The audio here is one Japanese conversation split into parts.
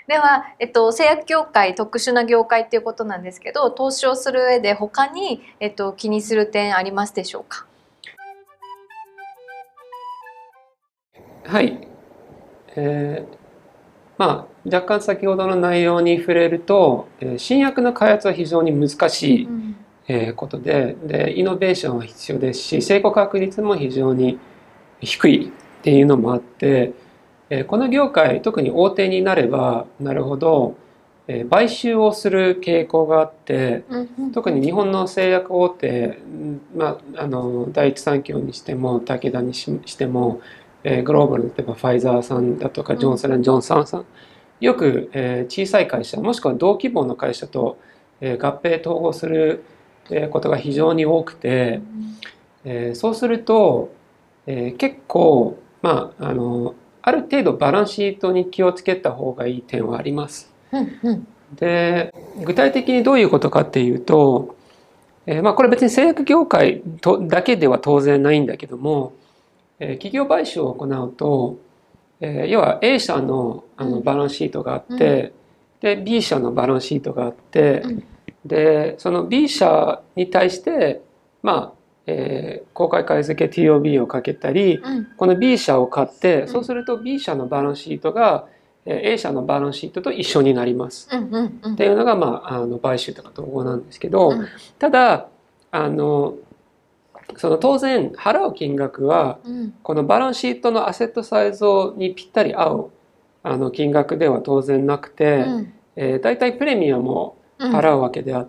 では、製薬業界、特殊な業界っていうことなんですけど、投資をする上で他に、気にする点ありますでしょうか？ はい。若干先ほどの内容に触れると、新薬の開発は非常に難しい、 うん。 ことで、イノベーションは必要ですし、成功確率も非常に低いっていうのもあって、この業界、特に大手になればなるほど、買収をする傾向があって、 うんうんうん。 特に日本の製薬大手、第一三共にしても、武田にしても、グローバル、例えばファイザーさんだとか、ジョンソン・ジョンソンさん、よく、小さい会社、もしくは同規模の会社と、合併統合する、ことが非常に多くて、そうすると、結構、ある程度バランスシートに気をつけた方がいい点はあります。 うんうん。 で、具体的にどういうことかっていうと、これ別に製薬業界だけでは当然ないんだけども、企業買収を行うと、要は A 社のバランスシートがあっうん。 て、で B 社のバランスシートがあって、 うん。 でその B 社に対して公開買い付け TOB をかけたり、 うん。 この B 社を買って、 うん。 そうすると B 社のバランスシートが A 社のバランスシートと一緒になります。 うんうんうん。 っていうのが、買収とか統合なんですけど、 うん。 ただあのその当然払う金額はうん。 このバランスシートのアセットサイズにぴったり合う金額では当然なくて、 うん。 大体プレミアムをうん。 払うわけであって、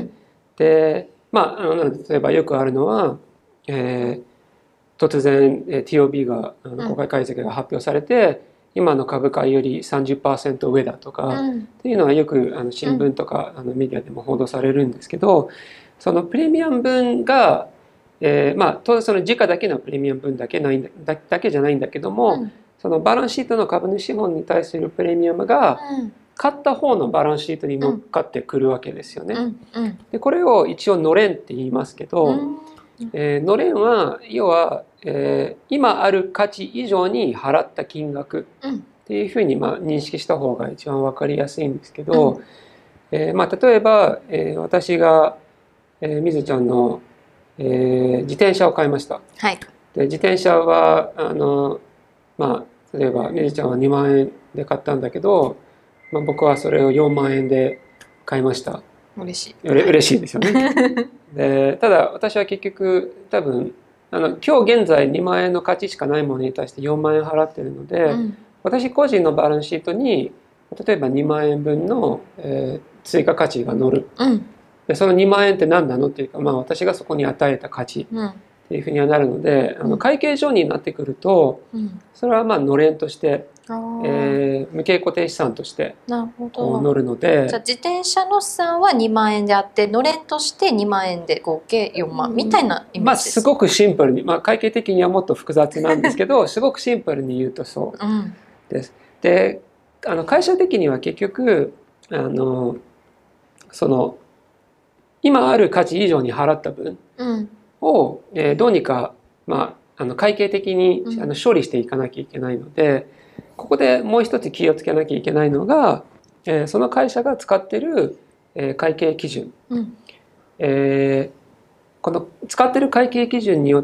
うん。 で、例えばよくあるのは、え突然 TOB が公開解析が発表されて、今の株価より30%上だとかうん。 っていうのはよく新うん。 聞とかメディアでも報道されるんですけど、そのプレミアム分が、当然その時価だけのプレミアム分だけじゃないんだけども、 うん。 そのバランスシートの株主資本に対するプレミアムがうん。 買った方のバランスシートに乗っうん。 かってくるわけですよね。 うん。うん。 でこれを一応のれんって言いますけど、 うん。 のれんは要は、今ある価値以上に払った金額うん。 っていうふうに認識した方が一番分かりやすいんですけうん。 ど、例えば、私が、みずちゃんの、自転車を買いました。 はい。 で自転車は例えばみずちゃんは2万円で買ったんだけど、僕はそれを4万円で買いました。 嬉しい。はい。 嬉しいですよね。でただ私は結局多分今日現在2万円の価値しかないものに対して4万円払ってるので、 うん。 私個人のバランスシートに例えば2万円分の、追加価値が乗る。 うん。 でその2万円って何なのっていうか、私がそこに与えた価値うん。 っていうふうにはなるので、 うん。 会計上になってくると、 うん。 それはのれんとして、 ああ、 無形固定資産としてなるほこう乗ど。 るのじゃあで、 自転車の資産は2万円であって、のれんとして2万円で合計4万みたいなイメージです。 すごくシンプルに、会計的にはもっと複雑なんですけど、すごくシンプルに言うとそうん。 うです。で、会社的には結局、あの、その、今ある価値以上に払った分うん。 を、どうにか、会計的にうん。 処理していかなきゃいけないので、ここでもう一つ気をつけなきゃいけないのが、その会社が使っている、会計基準。 うん。 えーこの使っている会計基準によって、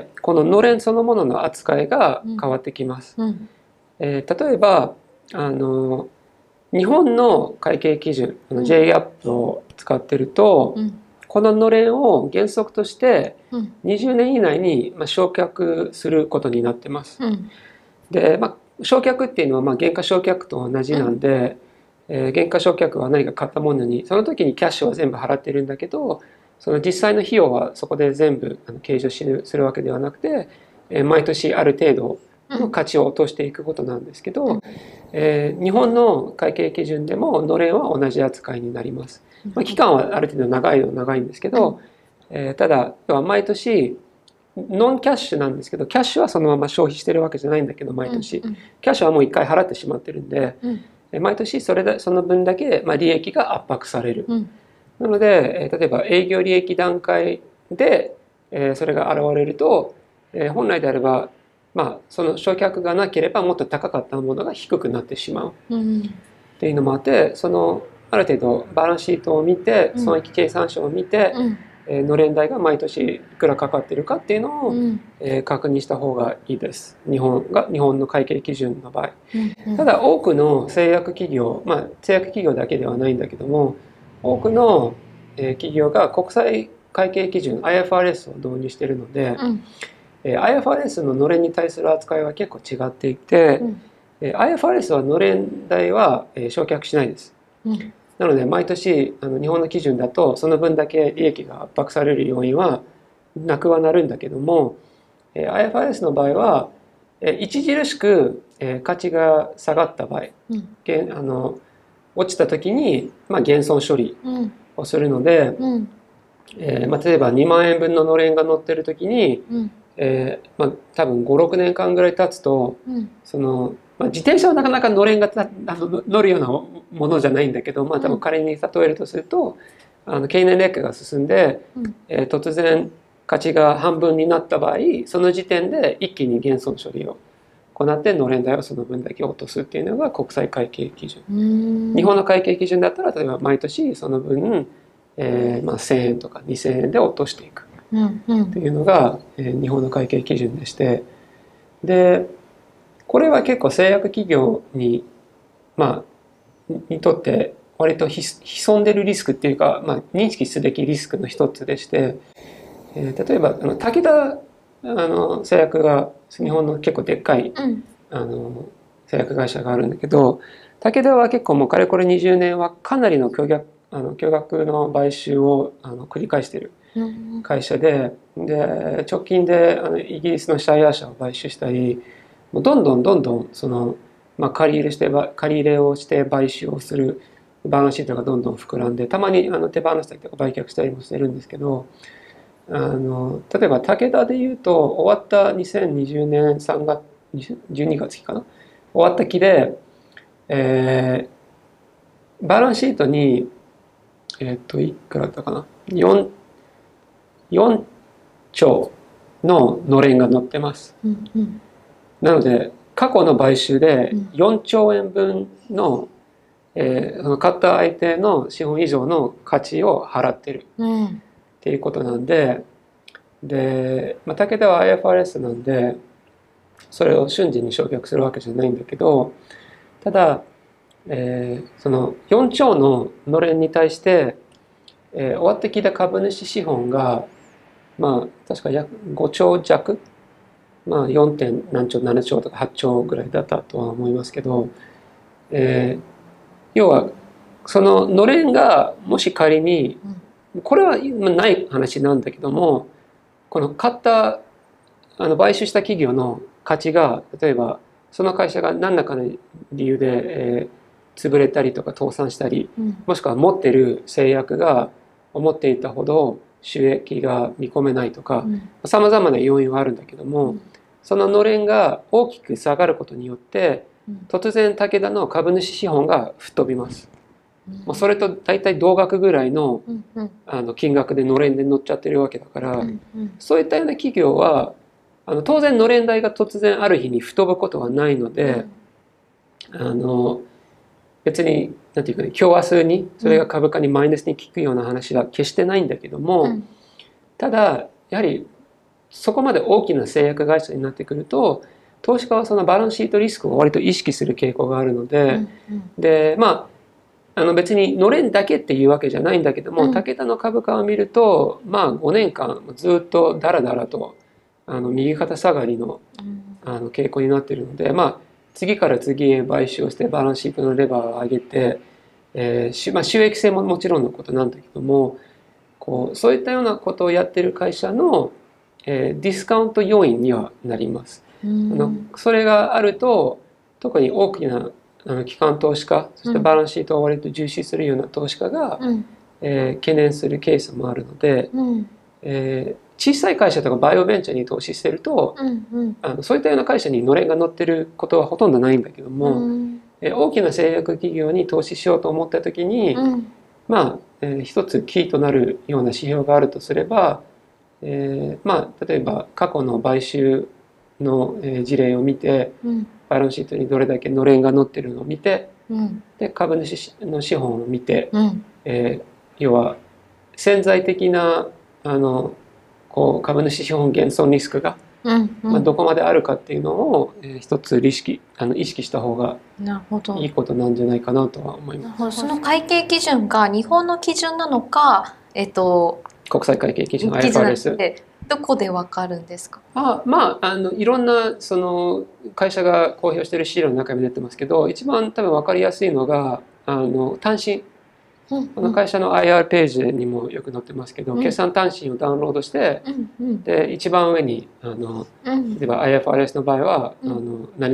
こののれんそのものの扱いが変わってきます。 うん。 例えば、あの、日本の会計基準、 うん。 JGAAP を使ってると、 うん。 こののれんを原則としてうん。 20年以内に償却することになってます。 うん。 で、償却っていうのは減価償却と同じなんで、原価償却は何か買ったものに、その時にキャッシュは全部払ってるんだけど、その実際の費用はそこで全部計上するわけではなくて、毎年ある程度の価値を落としていくことなんですけど、日本の会計基準でものれんは同じ扱いになります。期間はある程度長いのは長いんですけど、ただ要は毎年ノンキャッシュなんですけど、キャッシュはそのまま消費してるわけじゃないんだけど、毎年キャッシュはもう一回払ってしまってるんで、毎年その分だけ利益が圧迫される。なので、例えば営業利益段階で、それが現れると、本来であれば、その償却がなければもっと高かったものが低くなってしまう。 うん。 っていうのもあって、ある程度バランスシートを見て、 うん損益計算書を見て、のれん代が毎年いくらかかってるかっていうのを、確認した方がいいです。日本の会計基準の場合。ただ多くの製薬企業、製薬企業だけではないんだけども、多くの企業が国際会計基準 IFRS を導入しているので、IFRS ののれんに対する扱いは結構違っていて、IFRS はのれん代は償却しないです。なので毎年日本の基準だとその分だけ利益が圧迫される要因はなくはなるんだけども、IFRS の場合は著しく価値が下がった場合、落ちた時に減損処理をするので、例えば2万円分ののれんが乗ってる時に、多分5、6年間ぐらい経つと、自転車はなかなかのれんが乗るようなものじゃないんだけど、多分仮に例えるとすると経年劣化が進んで、突然価値が半分になった場合、その時点で一気に減損処理を行ってのれん代をその分だけ落とすっていうのが国際会計基準。日本の会計基準だったら例えば毎年その分、1,000円とか2,000円で落としていくっていうのが、日本の会計基準でして、でこれは結構製薬企業にとって割と潜んでるリスクっていうか、認識すべきリスクの一つでして、例えば武田製薬が日本の結構でっかい、製薬会社があるんだけど、武田は結構もうかれこれ20年はかなりの巨額の買収を繰り返している会社で、直近でイギリスのシャイアー社を買収したり、もうどんどん借り入れをして買収をするバランスシートがどんどん膨らんで、たまに手放したりとか売却したりもしてるんですけど、例えば武田でいうと終わった2020年3月12月期かな、終わった期で、バランスシートにいくらだったかな、4兆ののれんが載ってます。なので過去の買収で4兆円分の、その買った相手の資本以上の価値を払ってるっていうことなんで、武田は IFRS なんでそれを瞬時に償却するわけじゃないんだけど、ただ、その4兆ののれんに対して、終わってきた株主資本が確か約5兆弱、4. 点何兆7兆とか8兆ぐらいだったとは思いますけど、要はそののれんがもし仮に、これはない話なんだけども、この買った買収した企業の価値が例えばその会社が何らかの理由で、潰れたりとか倒産したり、もしくは持ってる製薬が思っていたほど収益が見込めないとか、さまざまな要因はあるんだけども、そののれんが大きく下がることによって突然武田の株主資本が吹っ飛びます。もうそれと大体同額ぐらいの金額でのれんで乗っちゃってるわけだから、そういったような企業は当然のれん代が突然ある日に吹っ飛ぶことはないので、別になんていうかね、今日明日にそれが株価にマイナスに効くような話は決してないんだけども、ただやはりそこまで大きな製薬会社になってくると投資家はそのバランスシートリスクを割と意識する傾向があるので、別にのれんだけっていうわけじゃないんだけども、武田の株価を見ると5年間ずっとだらだらと右肩下がりの傾向になっているので、次から次へ買収をしてバランスシートのレバーを上げて、収益性ももちろんのことなんだけども、そういったようなことをやってる会社の、ディスカウント要因にはなります。それがあると特に大きな機関投資家、そしてバランスシートを割と重視するような投資家が、懸念するケースもあるので、小さい会社とかバイオベンチャーに投資してると、そういったような会社にのれんが乗ってることはほとんどないんだけども、大きな製薬企業に投資しようと思った時に、一つキーとなるような指標があるとすれば、例えば過去の買収の事例を見て、バランスシートにどれだけのれんが乗ってるのを見て、 うんで株主の資本を見て、 うん要は潜在的なこう株主資本減損リスクが、 うんうん、 どこまであるかっていうのを、一つ意識した方がなるほど。 いいことなんじゃないかなとは思います。 その会計基準が日本の基準なのか、 国際会計基準基準なの IFRS。 でどこでわかるんですか？ いろんなその会社が公表している資料の中にも出てますけど、一番多分分かりやすいのが単身、この会社の IR ページにもよく載ってますけど、決算単身をダウンロードして、で一番上に例えば IFRS の場合は、何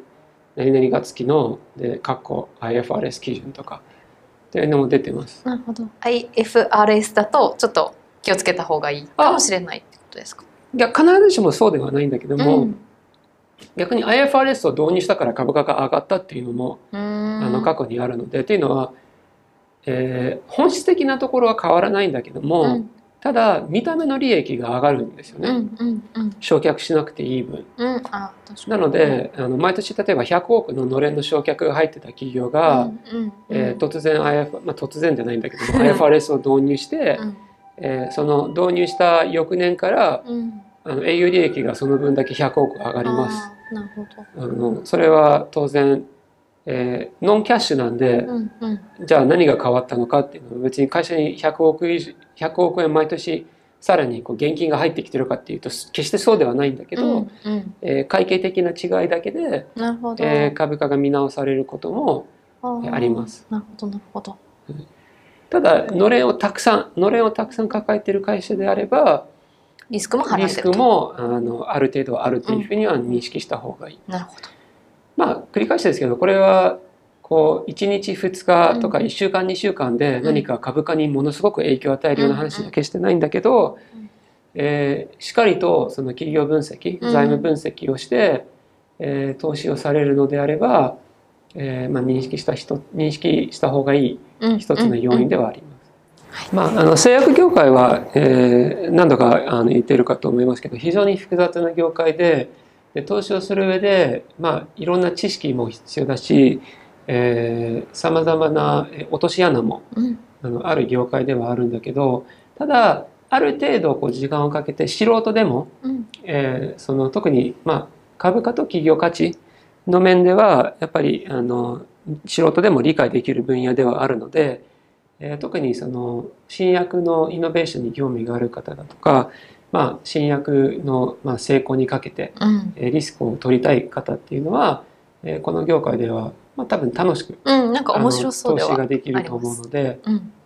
々が月ので括弧 IFRS 基準とかっていうのも出てます。 なるほど。IFRS だとちょっと気をつけた方がいいかもしれないってことですか？ いや、必ずしもそうではないんだけども、逆に IFRS を導入したから株価が上がったっていうのも過去にあるので、っていうのは、本質的なところは変わらないんだけども、ただ見た目の利益が上がるんですよね。償却しなくていい分。なので毎年例えば100億ののれんの償却が入ってた企業が、突然突然じゃないんだけどもIFRS を導入して、その導入した翌年から、営業利益がその分だけ100億上がります。 なるほど。 それは当然、ノンキャッシュなんで、じゃあ何が変わったのかっていうのは別に会社に100億円毎年さらにこう現金が入ってきてるかっていうと決してそうではないんだけど、会計的な違いだけで、株価が見直されることもあります。 なるほどなるほど。 ただのれんをたくさん抱えている会社であればリスクもリスクもある程度あるというふうには認識した方がいい。 なるほど。 繰り返しですけど、これはこう1日2日とか1週間2週間で何か株価にものすごく影響を与えるような話は決してないんだけど、しっかりとその企業分析、財務分析をして、投資をされるのであれば、認識した方がいい一つの要因ではあります。製薬業界は、何度か言っているかと思いますけど、非常に複雑な業界で、投資をする上で、いろんな知識も必要だし、さまざまな落とし穴も、ある業界ではあるんだけど、ただある程度こう時間をかけて素人でも、その特に、株価と企業価値の面ではやっぱり素人でも理解できる分野ではあるので、特にその新薬のイノベーションに興味がある方だとか、新薬の成功にかけてリスクを取りたい方っていうのは、この業界では多分楽しくなんか面白そうでは投資ができると思うので、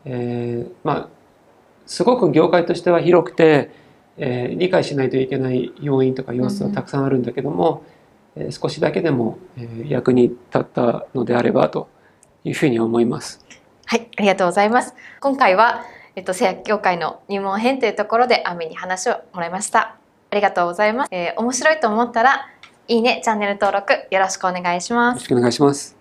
すごく業界としては広くて、理解しないといけない要因とか要素はたくさんあるんだけども、少しだけでも役に立ったのであればというふうに思います。 はい、ありがとうございます。今回は製薬業界の入門編というところでアミに話をもらいました。ありがとうございます。面白いと思ったらいいね、チャンネル登録よろしくお願いします。 よろしくお願いします。